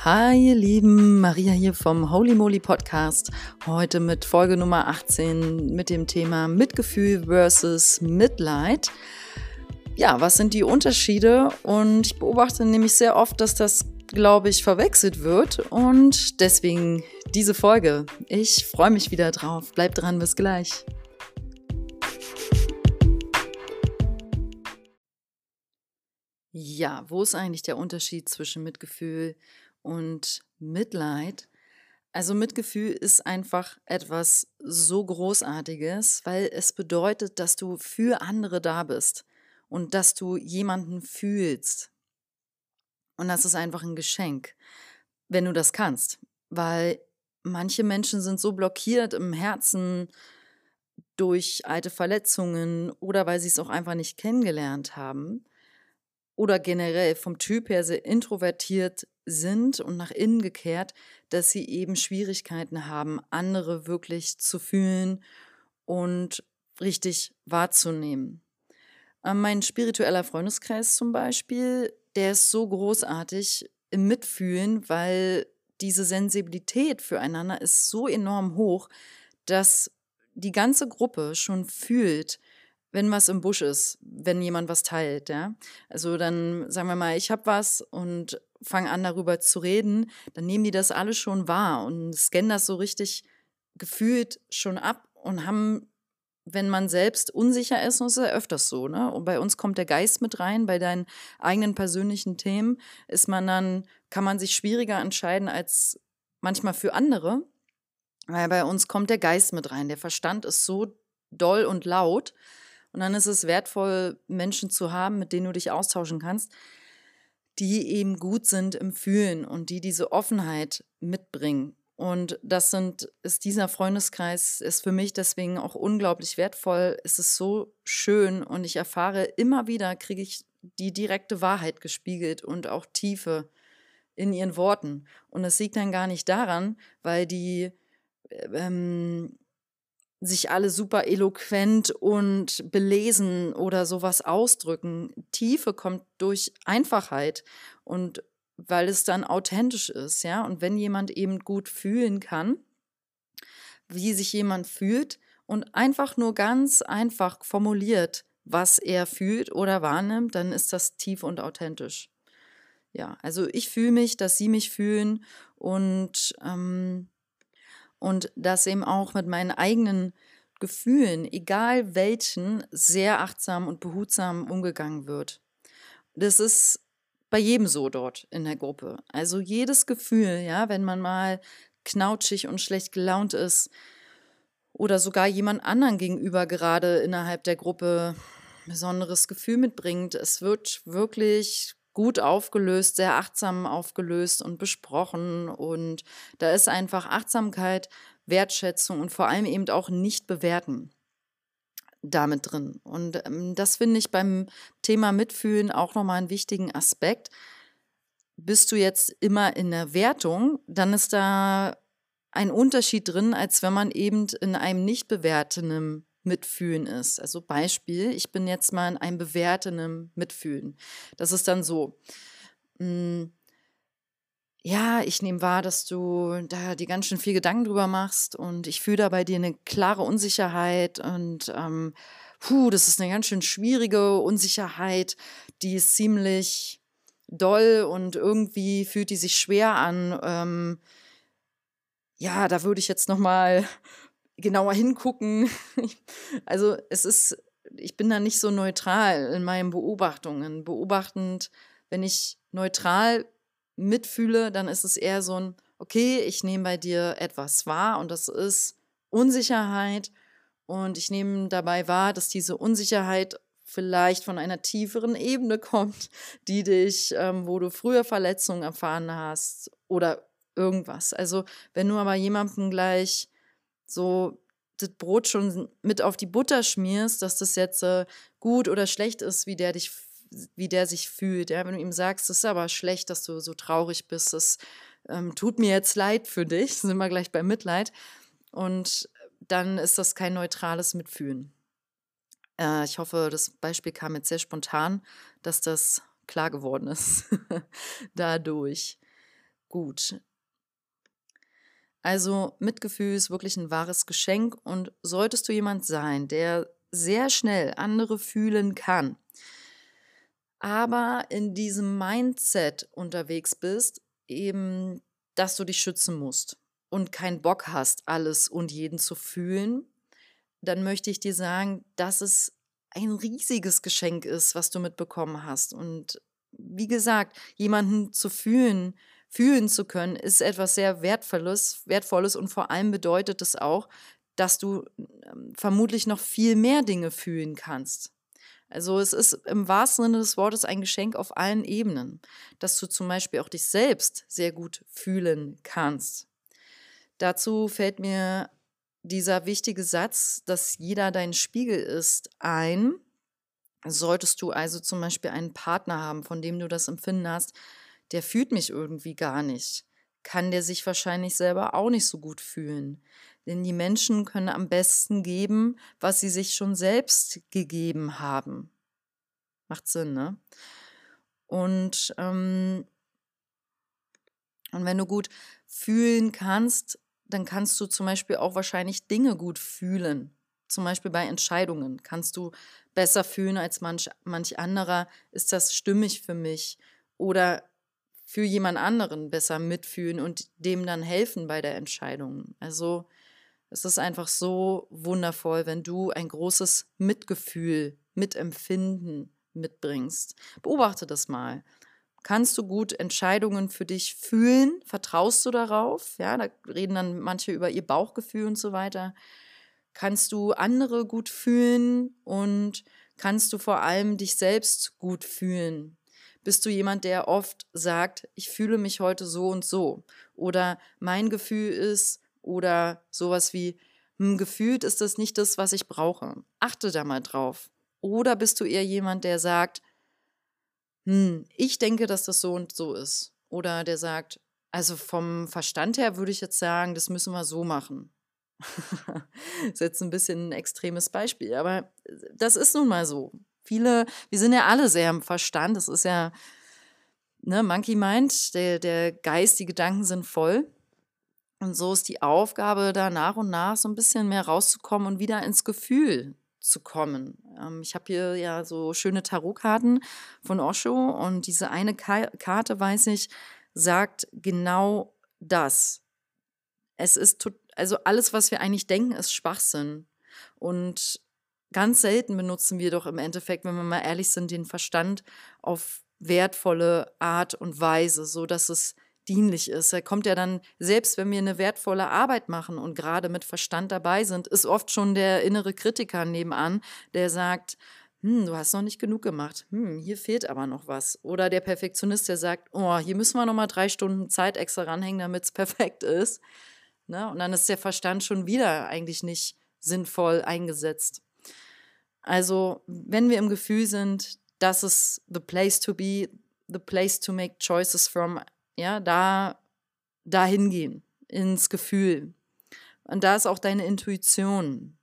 Hi ihr Lieben, Maria hier vom Holy Moly Podcast, heute mit Folge Nummer 18 mit dem Thema Mitgefühl versus Mitleid. Ja, was sind die Unterschiede? Und ich beobachte nämlich sehr oft, dass das, glaube ich, verwechselt wird und deswegen diese Folge. Ich freue mich wieder drauf, bleibt dran, bis gleich. Ja, wo ist eigentlich der Unterschied zwischen Mitgefühl und Mitleid? Also Mitgefühl ist einfach etwas so Großartiges, weil es bedeutet, dass du für andere da bist und dass du jemanden fühlst. Und das ist einfach ein Geschenk, wenn du das kannst. Weil manche Menschen sind so blockiert im Herzen durch alte Verletzungen oder weil sie es auch einfach nicht kennengelernt haben oder generell vom Typ her sehr introvertiert sind und nach innen gekehrt, dass sie eben Schwierigkeiten haben, andere wirklich zu fühlen und richtig wahrzunehmen. Mein spiritueller Freundeskreis zum Beispiel, der ist so großartig im Mitfühlen, weil diese Sensibilität füreinander ist so enorm hoch, dass die ganze Gruppe schon fühlt, wenn was im Busch ist, wenn jemand was teilt, ja. Also dann sagen wir mal, ich habe was und fange an, darüber zu reden, dann nehmen die das alle schon wahr und scannen das so richtig gefühlt schon ab und haben, wenn man selbst unsicher ist, und das ist ja öfters so, ne? Und bei uns kommt der Geist mit rein, bei deinen eigenen persönlichen Themen kann man sich schwieriger entscheiden als manchmal für andere, weil bei uns kommt der Geist mit rein. Der Verstand ist so doll und laut. Und dann ist es wertvoll, Menschen zu haben, mit denen du dich austauschen kannst, die eben gut sind im Fühlen und die diese Offenheit mitbringen. Und ist dieser Freundeskreis, ist für mich deswegen auch unglaublich wertvoll. Es ist so schön und ich erfahre immer wieder, kriege ich die direkte Wahrheit gespiegelt und auch Tiefe in ihren Worten. Und es liegt dann gar nicht daran, weil die sich alle super eloquent und belesen oder sowas ausdrücken. Tiefe kommt durch Einfachheit und weil es dann authentisch ist, ja. Und wenn jemand eben gut fühlen kann, wie sich jemand fühlt und einfach nur ganz einfach formuliert, was er fühlt oder wahrnimmt, dann ist das tief und authentisch. Ja, also ich fühle mich, dass sie mich fühlen und dass eben auch mit meinen eigenen Gefühlen, egal welchen, sehr achtsam und behutsam umgegangen wird. Das ist bei jedem so dort in der Gruppe. Also jedes Gefühl, ja, wenn man mal knautschig und schlecht gelaunt ist oder sogar jemand anderen gegenüber gerade innerhalb der Gruppe ein besonderes Gefühl mitbringt, es wird wirklich gut aufgelöst, sehr achtsam aufgelöst und besprochen. Und da ist einfach Achtsamkeit, Wertschätzung und vor allem eben auch nicht bewerten damit drin. Und das finde ich beim Thema Mitfühlen auch nochmal einen wichtigen Aspekt. Bist du jetzt immer in der Wertung, dann ist da ein Unterschied drin, als wenn man eben in einem nicht bewertenden Mitfühlen ist. Also Beispiel, ich bin jetzt mal in einem bewertenden Mitfühlen. Das ist dann so, ja, ich nehme wahr, dass du da dir ganz schön viel Gedanken drüber machst und ich fühle da bei dir eine klare Unsicherheit und das ist eine ganz schön schwierige Unsicherheit, die ist ziemlich doll und irgendwie fühlt die sich schwer an. Ja, da würde ich jetzt noch mal genauer hingucken. Also, ich bin da nicht so neutral in meinen Beobachtungen. Beobachtend, wenn ich neutral mitfühle, dann ist es eher so ein: „Okay, ich nehme bei dir etwas wahr und das ist Unsicherheit und ich nehme dabei wahr, dass diese Unsicherheit vielleicht von einer tieferen Ebene kommt, wo du früher Verletzungen erfahren hast oder irgendwas.“ Also, wenn du aber jemandem gleich so das Brot schon mit auf die Butter schmierst, dass das jetzt, gut oder schlecht ist, wie der sich fühlt, ja? Wenn du ihm sagst: „Das ist aber schlecht, dass du so traurig bist. Das, tut mir jetzt leid für dich.“ Sind wir gleich bei Mitleid. Und dann ist das kein neutrales Mitfühlen. Ich hoffe, das Beispiel kam jetzt sehr spontan, dass das klar geworden ist dadurch. gut. Also Mitgefühl ist wirklich ein wahres Geschenk und solltest du jemand sein, der sehr schnell andere fühlen kann, aber in diesem Mindset unterwegs bist, eben, dass du dich schützen musst und keinen Bock hast, alles und jeden zu fühlen, dann möchte ich dir sagen, dass es ein riesiges Geschenk ist, was du mitbekommen hast. Und wie gesagt, jemanden zu fühlen zu können, ist etwas sehr Wertvolles und vor allem bedeutet es auch, dass du vermutlich noch viel mehr Dinge fühlen kannst. Also es ist im wahrsten Sinne des Wortes ein Geschenk auf allen Ebenen, dass du zum Beispiel auch dich selbst sehr gut fühlen kannst. Dazu fällt mir dieser wichtige Satz, dass jeder dein Spiegel ist, ein. Solltest du also zum Beispiel einen Partner haben, von dem du das Empfinden hast, der fühlt mich irgendwie gar nicht, kann der sich wahrscheinlich selber auch nicht so gut fühlen. Denn die Menschen können am besten geben, was sie sich schon selbst gegeben haben. Macht Sinn, ne? Und, und wenn du gut fühlen kannst, dann kannst du zum Beispiel auch wahrscheinlich Dinge gut fühlen. Zum Beispiel bei Entscheidungen kannst du besser fühlen als manch anderer. Ist das stimmig für mich? Oder für jemand anderen besser mitfühlen und dem dann helfen bei der Entscheidung. Also es ist einfach so wundervoll, wenn du ein großes Mitgefühl, Mitempfinden mitbringst. Beobachte das mal. Kannst du gut Entscheidungen für dich fühlen? Vertraust du darauf? Ja, da reden dann manche über ihr Bauchgefühl und so weiter. Kannst du andere gut fühlen und kannst du vor allem dich selbst gut fühlen? Bist du jemand, der oft sagt, ich fühle mich heute so und so? Oder mein Gefühl ist, oder sowas wie, gefühlt ist das nicht das, was ich brauche. Achte da mal drauf. Oder bist du eher jemand, der sagt, ich denke, dass das so und so ist. Oder der sagt, also vom Verstand her würde ich jetzt sagen, das müssen wir so machen. Das ist jetzt ein bisschen ein extremes Beispiel, aber das ist nun mal so. Wir sind ja alle sehr im Verstand. Das ist ja, ne, Monkey Mind, der Geist, die Gedanken sind voll. Und so ist die Aufgabe, da nach und nach so ein bisschen mehr rauszukommen und wieder ins Gefühl zu kommen. Ich habe hier ja so schöne Tarotkarten von Osho und diese eine Karte, weiß ich, sagt genau das. Also alles, was wir eigentlich denken, ist Schwachsinn. Und ganz selten benutzen wir doch im Endeffekt, wenn wir mal ehrlich sind, den Verstand auf wertvolle Art und Weise, so dass es dienlich ist. Er kommt ja dann, selbst wenn wir eine wertvolle Arbeit machen und gerade mit Verstand dabei sind, ist oft schon der innere Kritiker nebenan, der sagt, du hast noch nicht genug gemacht. Hier fehlt aber noch was. Oder der Perfektionist, der sagt, oh, hier müssen wir noch mal 3 Stunden Zeit extra ranhängen, damit es perfekt ist. Ne? Und dann ist der Verstand schon wieder eigentlich nicht sinnvoll eingesetzt. Also, wenn wir im Gefühl sind, das ist the place to be, the place to make choices from, ja, da hingehen, ins Gefühl. Und da ist auch deine Intuition.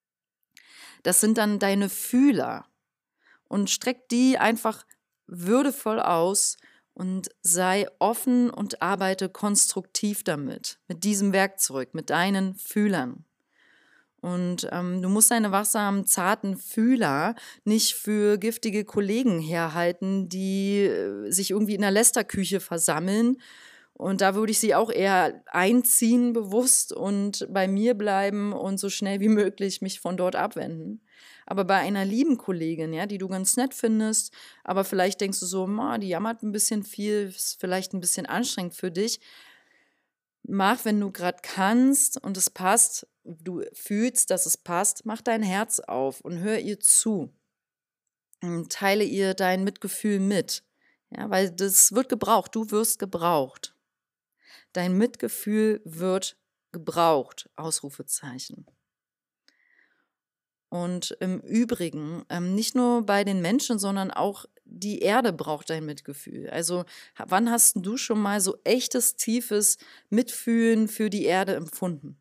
Das sind dann deine Fühler. Und streck die einfach würdevoll aus und sei offen und arbeite konstruktiv damit, mit diesem Werkzeug, mit deinen Fühlern. Und du musst deine wachsamen, zarten Fühler nicht für giftige Kollegen herhalten, die sich irgendwie in der Lästerküche versammeln. Und da würde ich sie auch eher einziehen bewusst und bei mir bleiben und so schnell wie möglich mich von dort abwenden. Aber bei einer lieben Kollegin, ja, die du ganz nett findest, aber vielleicht denkst du so, die jammert ein bisschen viel, ist vielleicht ein bisschen anstrengend für dich. Mach, wenn du gerade kannst und es passt, du fühlst, dass es passt, mach dein Herz auf und hör ihr zu. Und teile ihr dein Mitgefühl mit. Ja, weil das wird gebraucht, du wirst gebraucht. Dein Mitgefühl wird gebraucht, Ausrufezeichen. Und im Übrigen, nicht nur bei den Menschen, sondern auch die Erde braucht dein Mitgefühl. Also wann hast du schon mal so echtes, tiefes Mitfühlen für die Erde empfunden?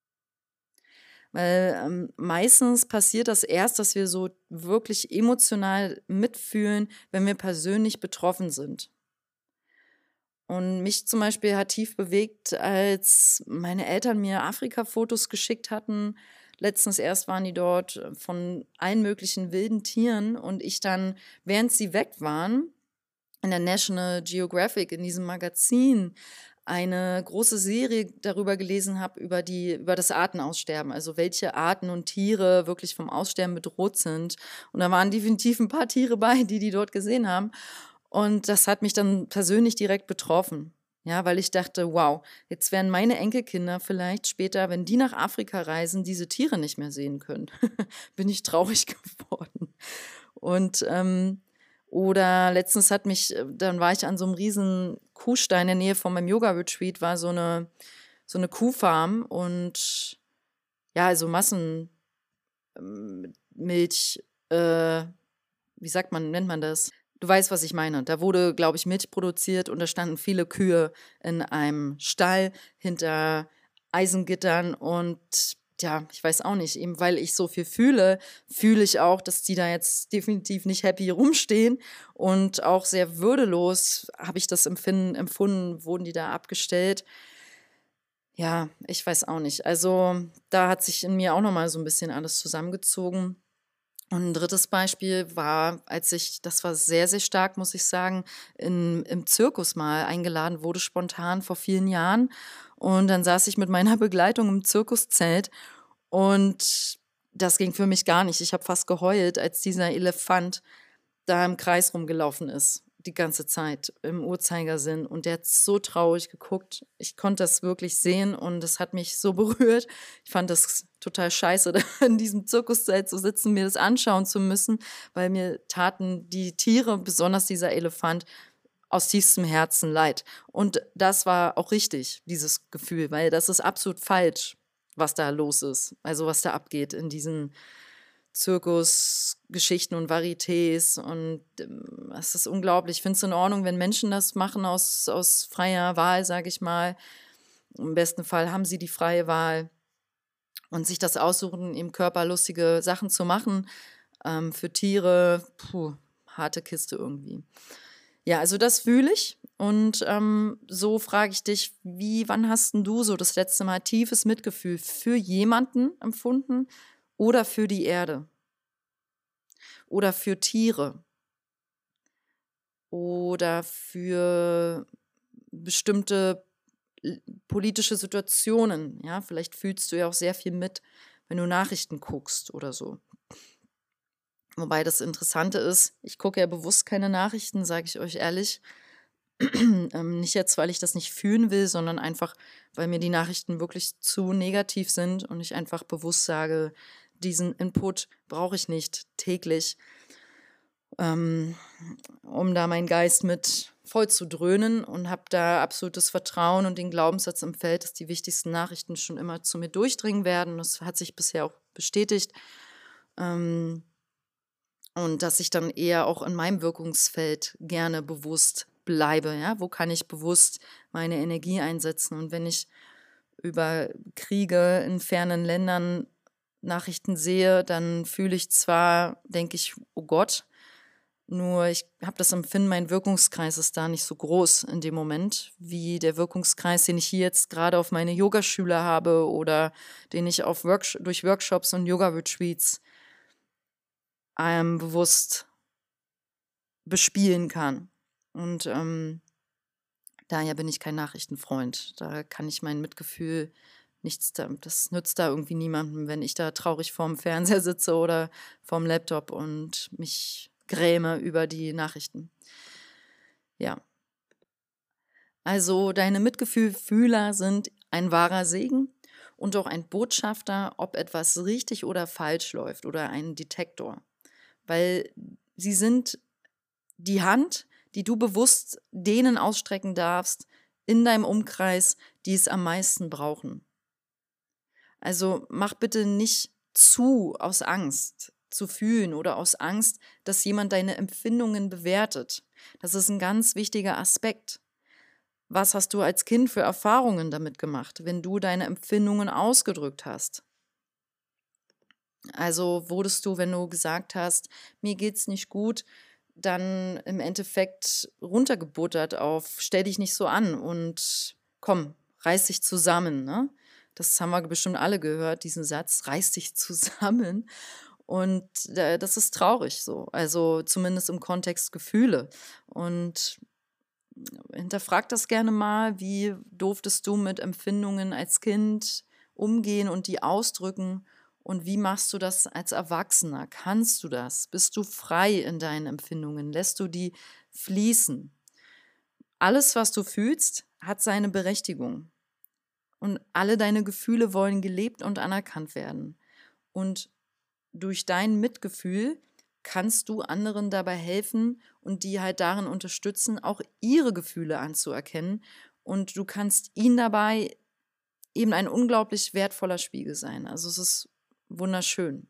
Weil meistens passiert das erst, dass wir so wirklich emotional mitfühlen, wenn wir persönlich betroffen sind. Und mich zum Beispiel hat tief bewegt, als meine Eltern mir Afrika-Fotos geschickt hatten. Letztens erst waren die dort von allen möglichen wilden Tieren und ich dann, während sie weg waren, in der National Geographic, in diesem Magazin, eine große Serie darüber gelesen habe, über das Artenaussterben, also welche Arten und Tiere wirklich vom Aussterben bedroht sind. Und da waren definitiv ein paar Tiere bei, die dort gesehen haben. Und das hat mich dann persönlich direkt betroffen. Ja, weil ich dachte, wow, jetzt werden meine Enkelkinder vielleicht später, wenn die nach Afrika reisen, diese Tiere nicht mehr sehen können. Bin ich traurig geworden. Und oder letztens dann war ich an so einem riesen Kuhstall in der Nähe von meinem Yoga-Retreat, war so eine Kuhfarm und ja, also Massenmilch, wie nennt man das? Du weißt, was ich meine. Da wurde, glaube ich, Milch produziert und da standen viele Kühe in einem Stall hinter Eisengittern und ja, ich weiß auch nicht, eben weil ich so viel fühle ich auch, dass die da jetzt definitiv nicht happy rumstehen und auch sehr würdelos habe ich das empfunden, wurden die da abgestellt. Ja, ich weiß auch nicht. Also da hat sich in mir auch nochmal so ein bisschen alles zusammengezogen. Und ein drittes Beispiel war, das war sehr, sehr stark, muss ich sagen, im Zirkus mal eingeladen wurde, spontan vor vielen Jahren. Und dann saß ich mit meiner Begleitung im Zirkuszelt und das ging für mich gar nicht. Ich habe fast geheult, als dieser Elefant da im Kreis rumgelaufen ist, die ganze Zeit im Uhrzeigersinn. Und der hat so traurig geguckt. Ich konnte das wirklich sehen und das hat mich so berührt. Ich fand das total scheiße, da in diesem Zirkuszelt zu sitzen, mir das anschauen zu müssen, weil mir taten die Tiere, besonders dieser Elefant, aus tiefstem Herzen leid. Und das war auch richtig, dieses Gefühl, weil das ist absolut falsch, was da los ist. Also was da abgeht in diesen Zirkusgeschichten und Varietés und es ist unglaublich. Ich finde es in Ordnung, wenn Menschen das machen aus freier Wahl, sage ich mal. Im besten Fall haben sie die freie Wahl und sich das aussuchen, eben körperlustige Sachen zu machen. Für Tiere, harte Kiste irgendwie. Ja, also das fühle ich und so frage ich dich, wann hast denn du so das letzte Mal tiefes Mitgefühl für jemanden empfunden oder für die Erde oder für Tiere oder für bestimmte politische Situationen? Ja, vielleicht fühlst du ja auch sehr viel mit, wenn du Nachrichten guckst oder so. Wobei das Interessante ist, ich gucke ja bewusst keine Nachrichten, sage ich euch ehrlich. Nicht jetzt, weil ich das nicht fühlen will, sondern einfach, weil mir die Nachrichten wirklich zu negativ sind und ich einfach bewusst sage, diesen Input brauche ich nicht täglich, um da meinen Geist mit voll zu dröhnen und habe da absolutes Vertrauen und den Glaubenssatz im Feld, dass die wichtigsten Nachrichten schon immer zu mir durchdringen werden. Das hat sich bisher auch bestätigt. Und dass ich dann eher auch in meinem Wirkungsfeld gerne bewusst bleibe. Ja? Wo kann ich bewusst meine Energie einsetzen? Und wenn ich über Kriege in fernen Ländern Nachrichten sehe, dann fühle ich zwar, denke ich, oh Gott, nur ich habe das Empfinden, mein Wirkungskreis ist da nicht so groß in dem Moment, wie der Wirkungskreis, den ich hier jetzt gerade auf meine Yogaschüler habe oder den ich durch Workshops und Yoga-Retreats bewusst bespielen kann. Und daher bin ich kein Nachrichtenfreund. Da kann ich mein Mitgefühl das nützt da irgendwie niemandem, wenn ich da traurig vorm Fernseher sitze oder vorm Laptop und mich gräme über die Nachrichten. Ja. Also deine Mitgefühler sind ein wahrer Segen und auch ein Botschafter, ob etwas richtig oder falsch läuft oder ein Detektor. Weil sie sind die Hand, die du bewusst denen ausstrecken darfst in deinem Umkreis, die es am meisten brauchen. Also mach bitte nicht zu aus Angst zu fühlen oder aus Angst, dass jemand deine Empfindungen bewertet. Das ist ein ganz wichtiger Aspekt. Was hast du als Kind für Erfahrungen damit gemacht, wenn du deine Empfindungen ausgedrückt hast? Also wurdest du, wenn du gesagt hast, mir geht's nicht gut, dann im Endeffekt runtergebuttert auf stell dich nicht so an und komm, reiß dich zusammen, ne? Das haben wir bestimmt alle gehört, diesen Satz, reiß dich zusammen. Und das ist traurig so, also zumindest im Kontext Gefühle. Und hinterfrag das gerne mal, wie durftest du mit Empfindungen als Kind umgehen und die ausdrücken und wie machst du das als Erwachsener? Kannst du das? Bist du frei in deinen Empfindungen? Lässt du die fließen? Alles, was du fühlst, hat seine Berechtigung und alle deine Gefühle wollen gelebt und anerkannt werden. Und durch dein Mitgefühl kannst du anderen dabei helfen und die halt darin unterstützen, auch ihre Gefühle anzuerkennen. Und du kannst ihnen dabei eben ein unglaublich wertvoller Spiegel sein. Also es ist wunderschön.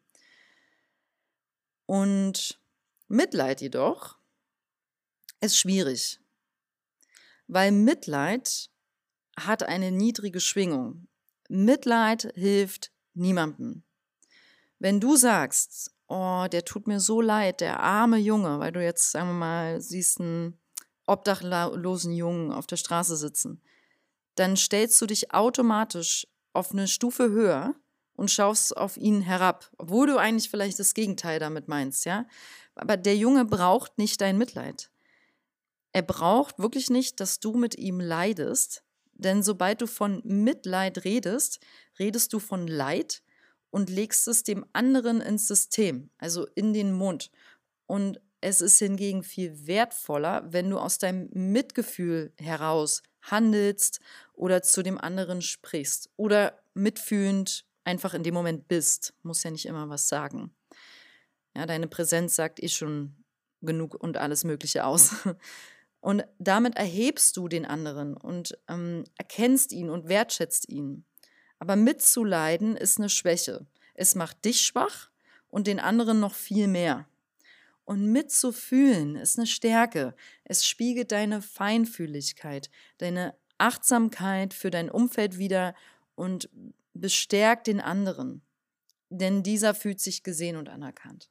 Und Mitleid jedoch ist schwierig, weil Mitleid hat eine niedrige Schwingung. Mitleid hilft niemandem. Wenn du sagst, oh, der tut mir so leid, der arme Junge, weil du jetzt, sagen wir mal, siehst einen obdachlosen Jungen auf der Straße sitzen, dann stellst du dich automatisch auf eine Stufe höher und schaust auf ihn herab, obwohl du eigentlich vielleicht das Gegenteil damit meinst, ja? Aber der Junge braucht nicht dein Mitleid. Er braucht wirklich nicht, dass du mit ihm leidest, denn sobald du von Mitleid redest, redest du von Leid und legst es dem anderen ins System, also in den Mund. Und es ist hingegen viel wertvoller, wenn du aus deinem Mitgefühl heraus handelst oder zu dem anderen sprichst oder mitfühlend einfach in dem Moment bist. Muss ja nicht immer was sagen. Ja, deine Präsenz sagt schon genug und alles Mögliche aus. Und damit erhebst du den anderen und erkennst ihn und wertschätzt ihn. Aber mitzuleiden ist eine Schwäche. Es macht dich schwach und den anderen noch viel mehr. Und mitzufühlen ist eine Stärke. Es spiegelt deine Feinfühligkeit, deine Achtsamkeit für dein Umfeld wider und bestärkt den anderen. Denn dieser fühlt sich gesehen und anerkannt.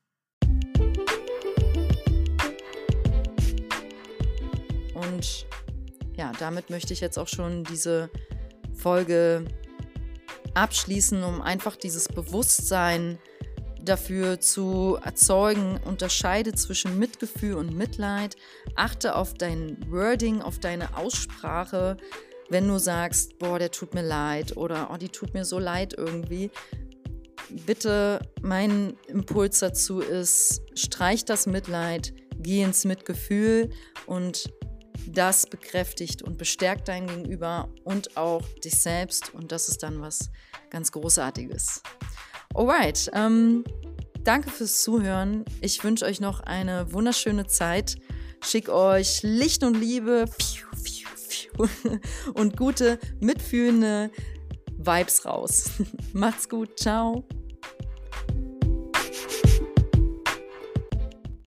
Und ja, damit möchte ich jetzt auch schon diese Folge abschließen, um einfach dieses Bewusstsein dafür zu erzeugen. Unterscheide zwischen Mitgefühl und Mitleid. Achte auf dein Wording, auf deine Aussprache. Wenn du sagst, boah, der tut mir leid oder oh, die tut mir so leid irgendwie. Bitte, mein Impuls dazu ist, streich das Mitleid, geh ins Mitgefühl und das bekräftigt und bestärkt dein Gegenüber und auch dich selbst und das ist dann was ganz Großartiges. Alright, danke fürs Zuhören. Ich wünsche euch noch eine wunderschöne Zeit. Schick euch Licht und Liebe und gute, mitfühlende Vibes raus. Macht's gut, ciao.